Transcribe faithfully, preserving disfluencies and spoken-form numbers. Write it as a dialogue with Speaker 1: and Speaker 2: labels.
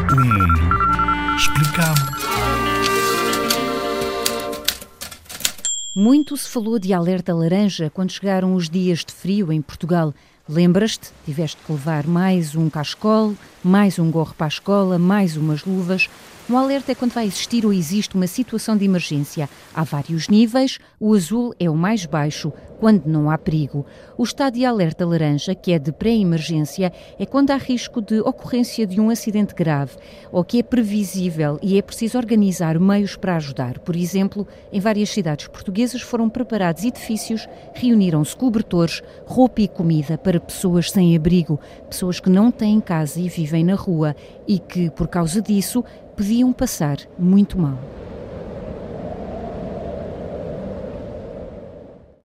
Speaker 1: O mundo explicado.
Speaker 2: Muito se falou de alerta laranja quando chegaram os dias de frio em Portugal. Lembras-te? Tiveste que levar mais um cachecol, mais um gorro para a escola, mais umas luvas. Um alerta é quando vai existir ou existe uma situação de emergência. Há vários níveis, o azul é o mais baixo, quando não há perigo. O estado de alerta laranja, que é de pré-emergência, é quando há risco de ocorrência de um acidente grave ou que é previsível e é preciso organizar meios para ajudar. Por exemplo, em várias cidades portuguesas foram preparados edifícios, reuniram-se cobertores, roupa e comida para pessoas sem abrigo, pessoas que não têm casa e vivem na rua e que, por causa disso, podiam passar muito mal.